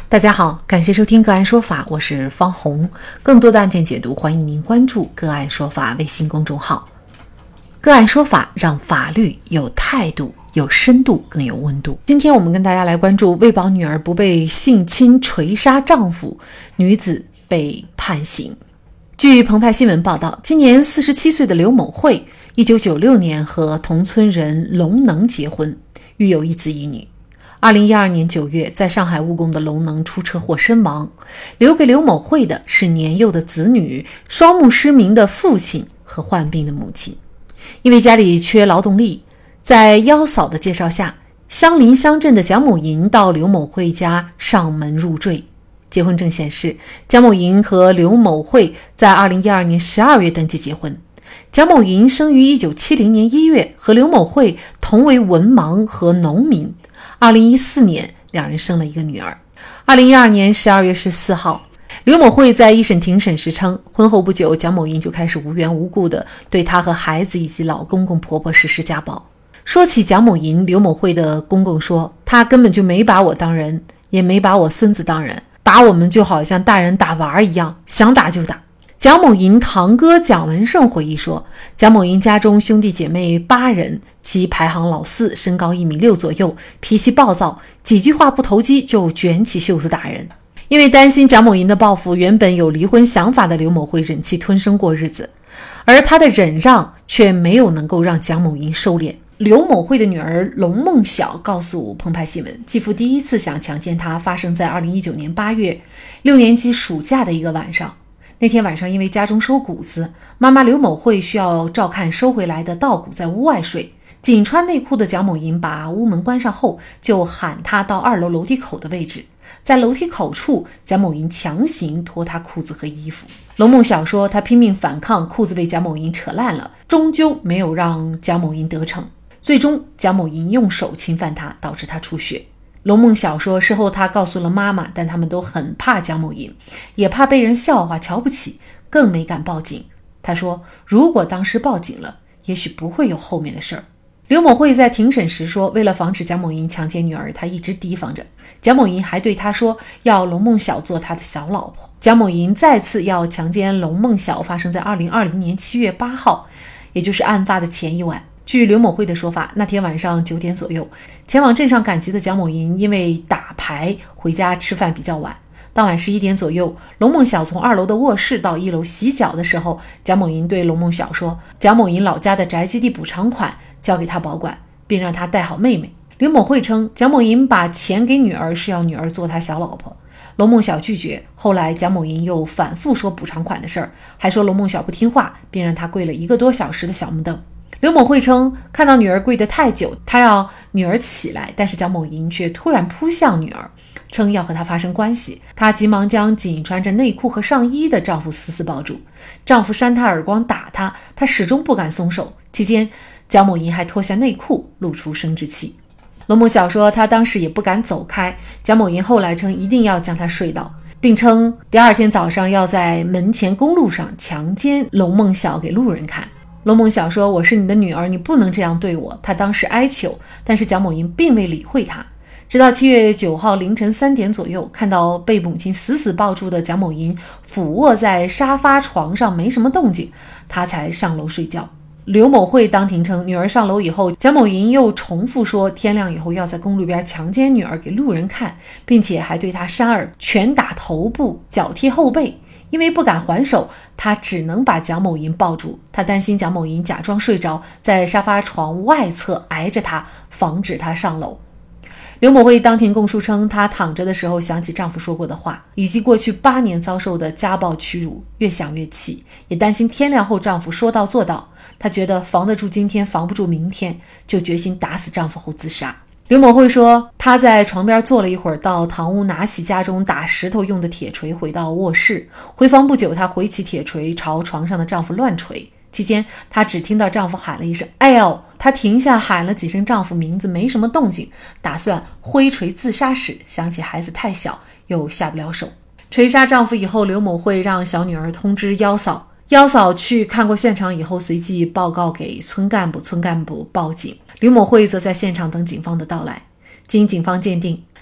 大家好，感谢收听个案说法，我是方红。更多的案件解读，欢迎您关注个案说法微信公众号。个案说法让法律有态度、有深度、更有温度。今天我们跟大家来关注为保女儿不被性侵锤杀丈夫，女子被判刑。据澎湃新闻报道，今年47岁的刘某慧1996年和同村人龙能结婚，育有一子一女。2012年9月，在上海务工的龙能出车祸身亡，留给刘某慧的是年幼的子女、双目失明的父亲和患病的母亲。因为家里缺劳动力，在幺嫂的介绍下，相邻乡镇的蒋某银到刘某慧家上门入赘。结婚证显示，蒋某银和刘某慧在2012年12月登记结婚。蒋某银生于1970年1月，和刘某慧同为文盲和农民。2014年，两人生了一个女儿。2012年12月14号，刘某慧在一审庭审时称，婚后不久，蒋某银就开始无缘无故地对她和孩子以及老公公婆婆实施家暴。说起蒋某银，刘某慧的公公说，他根本就没把我当人，也没把我孙子当人，打我们就好像大人打娃一样，想打就打。蒋某银堂哥蒋文胜回忆说，蒋某银家中兄弟姐妹8人，其排行老4，身高1.6米左右，脾气暴躁，几句话不投机就卷起袖子打人。因为担心蒋某银的报复，原本有离婚想法的刘某慧忍气吞声过日子，而他的忍让却没有能够让蒋某银收敛。刘某慧的女儿龙梦晓告诉澎湃新闻，继父第一次想强奸她发生在2019年8月6年级暑假的一个晚上。那天晚上，因为家中收谷子，妈妈刘某慧需要照看收回来的稻谷，在屋外睡。仅穿内裤的蒋某银把屋门关上后，就喊他到2楼楼梯口的位置。在楼梯口处，蒋某银强行脱他裤子和衣服。龙梦晓说，他拼命反抗，裤子被蒋某银扯烂了，终究没有让蒋某银得逞。最终，蒋某银用手侵犯他，导致他出血。龙梦晓说，事后他告诉了妈妈，但他们都很怕蒋某银，也怕被人笑话瞧不起，更没敢报警。他说，如果当时报警了，也许不会有后面的事儿。刘某慧在庭审时说，为了防止蒋某银强奸女儿，他一直提防着。蒋某银还对他说，要龙梦晓做他的小老婆。蒋某银再次要强奸龙梦晓发生在2020年7月8号，也就是案发的前一晚。据刘某慧的说法，那天晚上9点左右，前往镇上赶集的蒋某银因为打牌回家吃饭比较晚。当晚11点左右，龙梦晓从2楼的卧室到1楼洗脚的时候，蒋某银对龙梦晓说，蒋某银老家的宅基地补偿款交给他保管，并让他带好妹妹。刘某慧称，蒋某银把钱给女儿是要女儿做他小老婆。龙梦晓拒绝，后来蒋某银又反复说补偿款的事儿，还说龙梦晓不听话，并让他跪了1个多小时的小木凳。刘某慧称，看到女儿跪得太久，他让女儿起来，但是蒋某银却突然扑向女儿，称要和她发生关系。她急忙将仅穿着内裤和上衣的丈夫死死抱住，丈夫扇她耳光打她，她始终不敢松手。期间，蒋某银还脱下内裤，露出生殖器。龙梦晓说，她当时也不敢走开，蒋某银后来称一定要将她睡倒，并称第2天早上要在门前公路上强奸龙梦晓给路人看。龙梦晓说，我是你的女儿，你不能这样对我。她当时哀求，但是蒋某银并未理会她。直到7月9号凌晨3点左右，看到被母亲死死抱住的蒋某银俯卧在沙发床上没什么动静，她才上楼睡觉。刘某慧当庭称，女儿上楼以后，蒋某银又重复说天亮以后要在公路边强奸女儿给路人看，并且还对她扇耳、拳打头部、脚踢后背。因为不敢还手，他只能把蒋某银抱住。他担心蒋某银假装睡着，在沙发床外侧挨着他，防止他上楼。刘某慧当庭供述称，她躺着的时候想起丈夫说过的话，以及过去8年遭受的家暴屈辱，越想越气，也担心天亮后丈夫说到做到。她觉得防得住今天，防不住明天，就决心打死丈夫后自杀。刘某慧说，她在床边坐了一会儿，到堂屋拿起家中打石头用的铁锤，回到卧室。回房不久，她挥起铁锤朝床上的丈夫乱锤。期间，她只听到丈夫喊了一声哎呦，她停下喊了几声丈夫名字，没什么动静，打算挥锤自杀时，想起孩子太小，又下不了手。锤杀丈夫以后，刘某慧让小女儿通知幺嫂，幺嫂去看过现场以后，随即报告给村干部，村干部报警。刘某慧则在现场等警方的到来。经警方鉴定，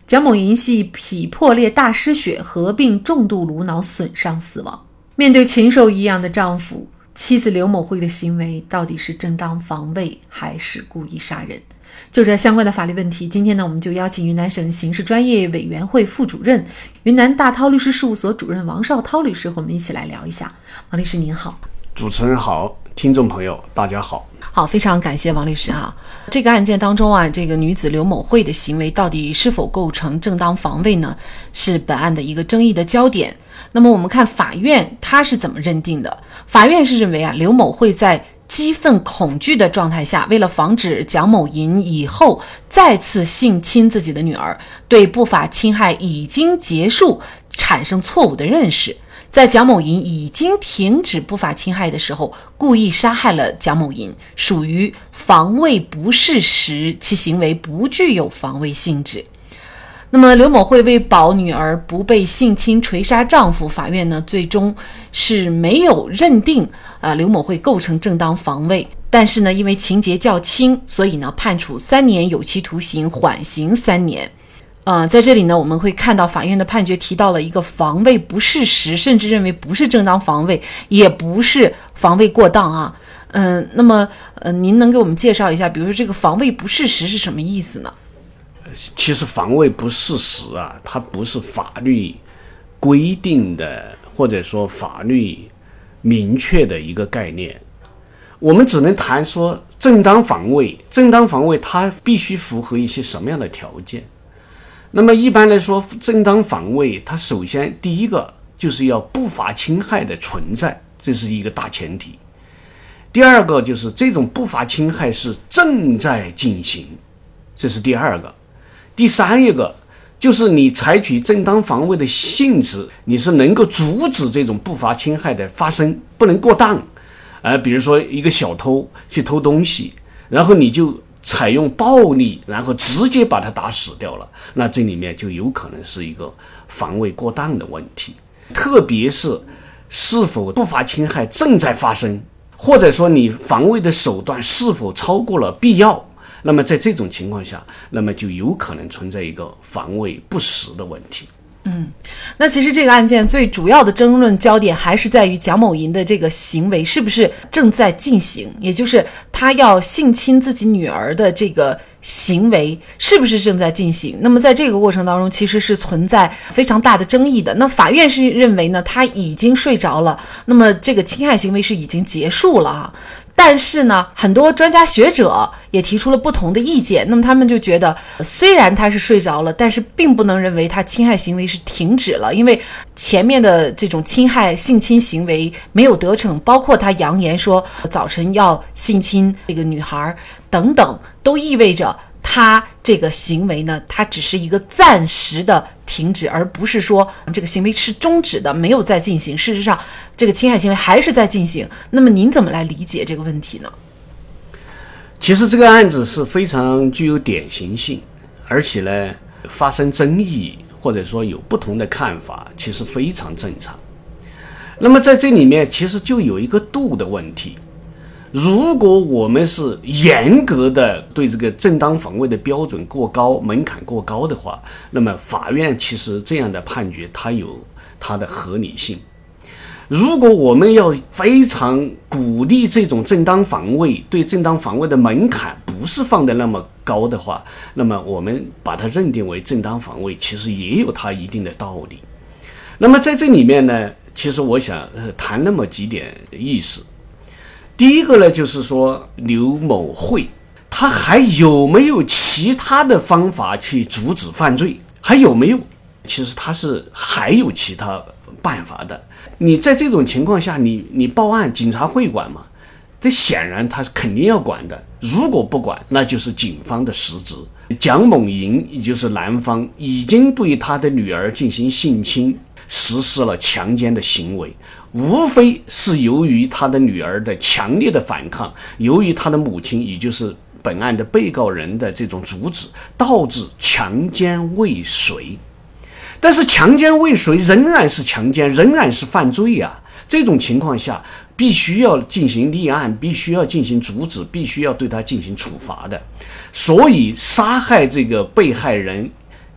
蒋某银系脾破裂大失血，合并重度颅脑损伤死亡。面对禽兽一样的丈夫，妻子刘某慧的行为到底是正当防卫还是故意杀人？就这相关的法律问题，今天呢，我们就邀请云南省刑事专业委员会副主任、云南大韬律师事务所主任王绍涛律师和我们一起来聊一下。王律师您好。 主持人好，听众朋友大家好。 好，非常感谢王律师哈。这个案件当中啊，这个女子刘某慧的行为到底是否构成正当防卫呢？是本案的一个争议的焦点。那么我们看法院他是怎么认定的？法院是认为啊，刘某慧在激愤恐惧的状态下，为了防止蒋某银以后再次性侵自己的女儿，对不法侵害已经结束产生错误的认识，在蒋某银已经停止不法侵害的时候，故意杀害了蒋某银，属于防卫不适时，其行为不具有防卫性质。那么刘某慧为保女儿不被性侵锤杀丈夫，法院呢最终是没有认定刘某慧构成正当防卫，但是呢因为情节较轻，所以呢判处3年有期徒刑，缓刑3年。在这里呢我们会看到法院的判决提到了一个防卫不适时，甚至认为不是正当防卫，也不是防卫过当啊。那么您能给我们介绍一下，比如说这个防卫不适时是什么意思呢？ 其实防卫不适时啊，它不是法律规定的，或者说法律明确的一个概念。我们只能谈说正当防卫，正当防卫它必须符合一些什么样的条件。那么一般来说，正当防卫它首先第一个就是要不法侵害的存在，这是一个大前提。第二个就是这种不法侵害是正在进行，这是第二个。第三一个就是你采取正当防卫的性质，你是能够阻止这种不法侵害的发生，不能过当。比如说一个小偷去偷东西，然后你就采用暴力，然后直接把他打死掉了，那这里面就有可能是一个防卫过当的问题。特别是否不法侵害正在发生，或者说你防卫的手段是否超过了必要，那么在这种情况下，那么就有可能存在一个防卫不实的问题。 那其实这个案件最主要的争论焦点还是在于蒋某银的这个行为是不是正在进行，也就是他要性侵自己女儿的这个行为是不是正在进行。那么在这个过程当中其实是存在非常大的争议的。那法院是认为呢，他已经睡着了，那么这个侵害行为是已经结束了啊。但是呢，很多专家学者也提出了不同的意见。那么他们就觉得，虽然他是睡着了，但是并不能认为他侵害行为是停止了，因为前面的这种性侵行为没有得逞，包括他扬言说早晨要性侵这个女孩等等，都意味着他这个行为呢，它只是一个暂时的停止，而不是说这个行为是终止的，没有再进行。事实上，这个侵害行为还是在进行。那么您怎么来理解这个问题呢？ 其实这个案子是非常具有典型性，而且呢，发生争议或者说有不同的看法，其实非常正常。那么在这里面，其实就有一个度的问题。如果我们是严格的对这个正当防卫的标准过高，门槛过高的话，那么法院其实这样的判决它有它的合理性。如果我们要非常鼓励这种正当防卫，对正当防卫的门槛不是放得那么高的话，那么我们把它认定为正当防卫，其实也有它一定的道理。那么在这里面呢，其实我想谈那么几点意思。第一个呢，就是说刘某慧他还有没有其他的方法去阻止犯罪，还有没有？其实他是还有其他办法的。你在这种情况下，你报案，警察会管吗？这显然他肯定要管的。如果不管，那就是警方的失职。蒋某银也就是男方已经对他的女儿进行性侵，实施了强奸的行为，无非是由于他的女儿的强烈的反抗，由于他的母亲也就是本案的被告人的这种阻止，导致强奸未遂。但是强奸未遂仍然是强奸，仍然是犯罪啊。这种情况下必须要进行立案，必须要进行阻止，必须要对他进行处罚的。所以杀害这个被害人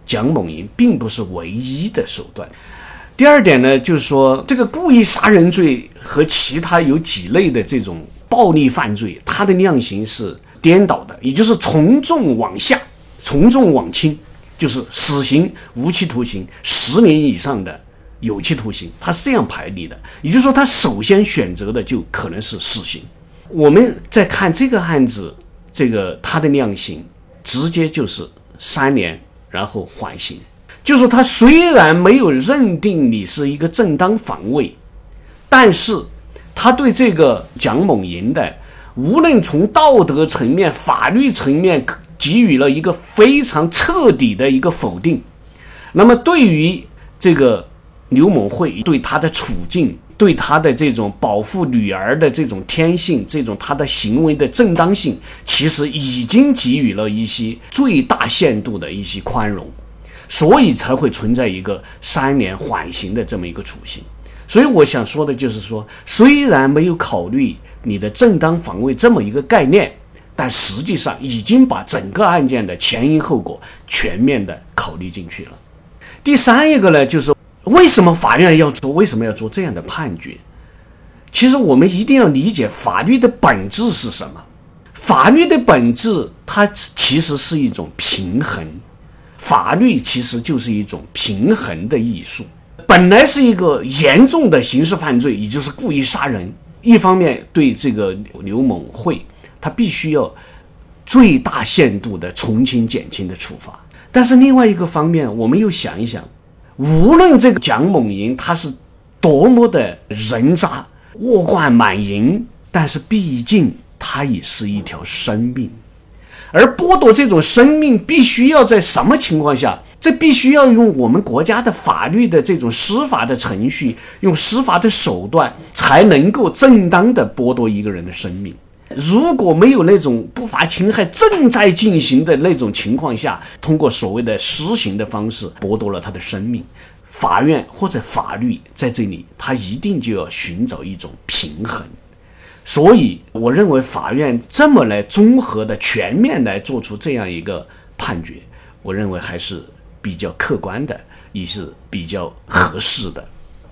蒋猛寅并不是唯一的手段。第二点呢，就是说这个故意杀人罪和其他有几类的这种暴力犯罪，它的量刑是颠倒的，也就是从重往下，从重往轻，就是死刑、无期徒刑、10年以上的有期徒刑，它是这样排列的。也就是说，他首先选择的就可能是死刑。我们在看这个案子，他的量刑直接就是3年，然后缓刑。就是说他虽然没有认定你是一个正当防卫，但是他对这个蒋猛寅的无论从道德层面、法律层面给予了一个非常彻底的一个否定。那么对于这个刘某慧，对他的处境，对他的这种保护女儿的这种天性，这种他的行为的正当性，其实已经给予了一些最大限度的一些宽容，所以才会存在一个3年缓刑的这么一个处刑。所以我想说的就是说，虽然没有考虑你的正当防卫这么一个概念，但实际上已经把整个案件的前因后果全面的考虑进去了。第三一个呢，就是为什么法院为什么要做这样的判决？其实我们一定要理解法律的本质是什么。法律的本质它其实是一种平衡，法律其实就是一种平衡的艺术。本来是一个严重的刑事犯罪，也就是故意杀人，一方面对这个刘某慧他必须要最大限度的从轻减轻的处罚，但是另外一个方面我们又想一想，无论这个蒋猛寅他是多么的人渣恶贯满盈，但是毕竟他也是一条生命，而剥夺这种生命必须要在什么情况下？这必须要用我们国家的法律的这种司法的程序，用司法的手段才能够正当的剥夺一个人的生命。如果没有那种不法侵害正在进行的那种情况下，通过所谓的私刑的方式剥夺了他的生命，法院或者法律在这里他一定就要寻找一种平衡。所以我认为法院这么来综合的全面来做出这样一个判决，我认为还是比较客观的，也是比较合适的。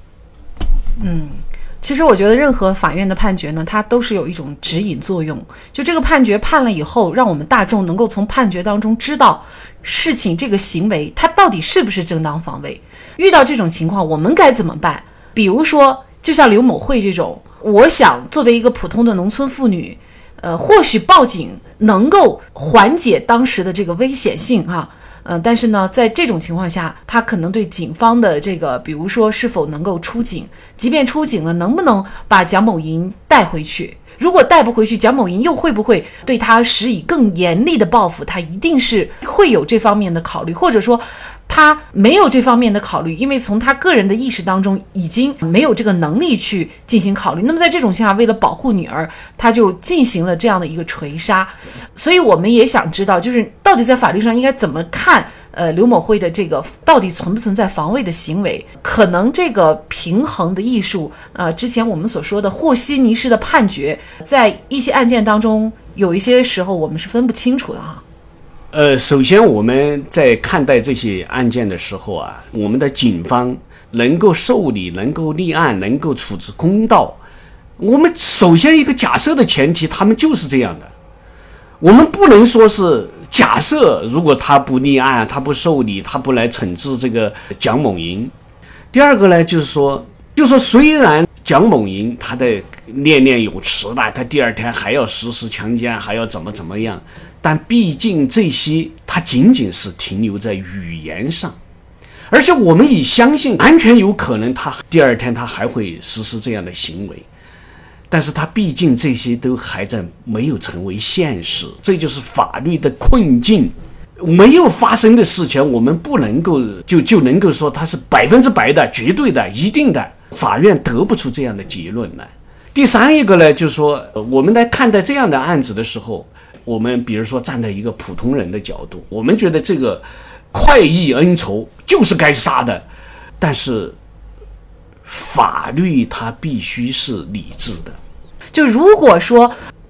其实我觉得任何法院的判决呢，它都是有一种指引作用。就这个判决判了以后，让我们大众能够从判决当中知道事情这个行为它到底是不是正当防卫。遇到这种情况我们该怎么办？比如说就像刘某慧这种，我想作为一个普通的农村妇女，或许报警能够缓解当时的这个危险性但是呢，在这种情况下，他可能对警方的这个，比如说是否能够出警，即便出警了，能不能把蒋某寅带回去？如果带不回去，蒋某寅又会不会对他施以更严厉的报复？他一定是会有这方面的考虑，或者说他没有这方面的考虑，因为从他个人的意识当中已经没有这个能力去进行考虑。那么在这种情况下，为了保护女儿，他就进行了这样的一个锤杀。所以我们也想知道，就是到底在法律上应该怎么看刘某慧的这个到底存不存在防卫的行为？可能这个平衡的艺术，之前我们所说的和稀泥式的判决，在一些案件当中，有一些时候我们是分不清楚的首先我们在看待这些案件的时候我们的警方能够受理、能够立案、能够处置公道，我们首先一个假设的前提，他们就是这样的。我们不能说是假设，如果他不立案、他不受理、他不来惩治这个蒋猛寅。第二个呢，就是说虽然蒋猛寅他的念念有词的，他第二天还要实施强奸，还要怎么样，但毕竟这些他仅仅是停留在语言上，而且我们也相信完全有可能他第二天他还会实施这样的行为，但是他毕竟这些都还在没有成为现实，这就是法律的困境。没有发生的事情，我们不能够就能够说它是100%的、绝对的、一定的，法院得不出这样的结论来。第三一个呢，就是说我们来看待这样的案子的时候，我们比如说站在一个普通人的角度，我们觉得这个快意恩仇就是该杀的，但是法律它必须是理智的。 就如果说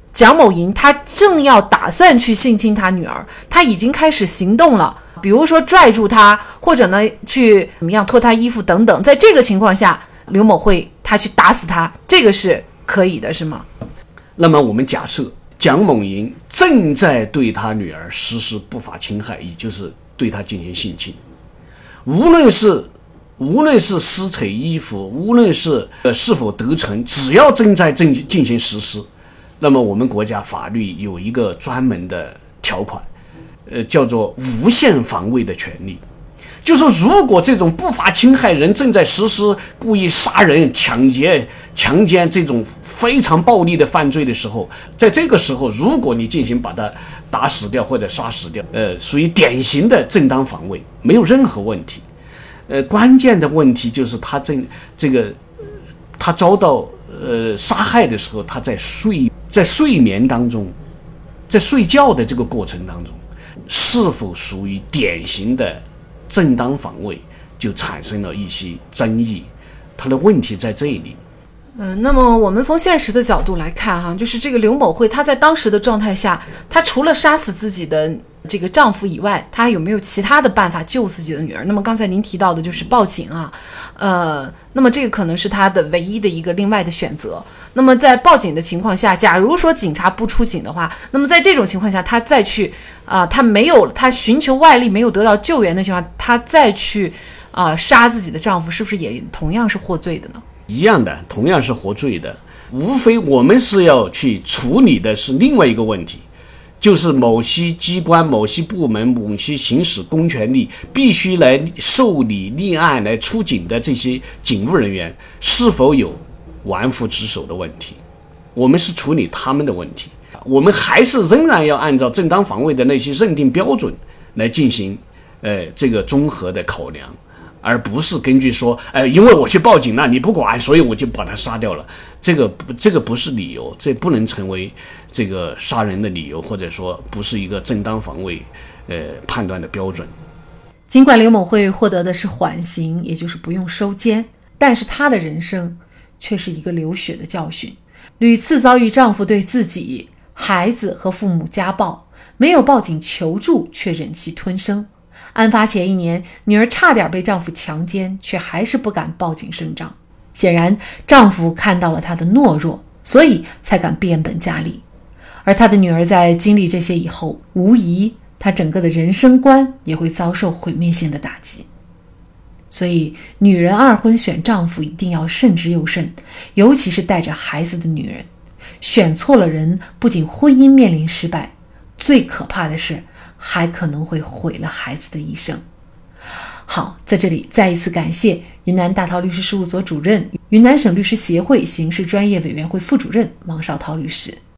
蒋某银他正要打算去性侵他女儿，他已经开始行动了，比如说拽住他，或者呢去怎么样脱他衣服等等，在这个情况下刘某慧他去打死他，这个是可以的，是吗？ 那么我们假设蒋某银正在对他女儿实施不法侵害，也就是对他进行性侵，无论是撕扯衣服，无论是是否得逞，只要正在进行实施，那么我们国家法律有一个专门的条款，叫做无限防卫的权利。就是如果这种不法侵害人正在实施故意杀人、抢劫、强奸这种非常暴力的犯罪的时候，在这个时候，如果你进行把他打死掉或者杀死掉，属于典型的正当防卫，没有任何问题。关键的问题就是他他遭到杀害的时候，他在睡眠当中，在睡觉的这个过程当中，是否属于典型的正当防卫，就产生了一些争议。他的问题在这里。 那么我们从现实的角度来看哈，就是这个刘某慧她在当时的状态下，她除了杀死自己的这个丈夫以外，她有没有其他的办法救自己的女儿？那么刚才您提到的就是报警啊，那么这个可能是她的唯一的一个另外的选择。那么在报警的情况下，假如说警察不出警的话，那么在这种情况下，她再去她寻求外力没有得到救援的情况下，她再去杀自己的丈夫，是不是也同样是获罪的呢？ 一样的，同样是获罪的，无非我们是要去处理的是另外一个问题，就是某些机关、某些部门、某些行使公权力必须来受理立案、来出警的这些警务人员是否有玩忽职守的问题，我们是处理他们的问题，我们还是仍然要按照正当防卫的那些认定标准来进行这个综合的考量，而不是根据说因为我去报警了你不管，所以我就把他杀掉了，这个不是理由，这不能成为这个杀人的理由，或者说不是一个正当防卫判断的标准。 尽管刘某慧获得的是缓刑，也就是不用收监，但是她的人生却是一个流血的教训，屡次遭遇丈夫对自己、孩子和父母家暴，没有报警求助却忍气吞声。案发前1年，女儿差点被丈夫强奸，却还是不敢报警声张。显然丈夫看到了她的懦弱，所以才敢变本加厉。而她的女儿在经历这些以后，无疑她整个的人生观也会遭受毁灭性的打击。所以女人二婚选丈夫一定要慎之又慎，尤其是带着孩子的女人，选错了人，不仅婚姻面临失败，最可怕的是还可能会毁了孩子的一生。好，在这里再一次感谢云南大韬律师事务所主任、云南省律师协会刑事专业委员会副主任王绍涛律师。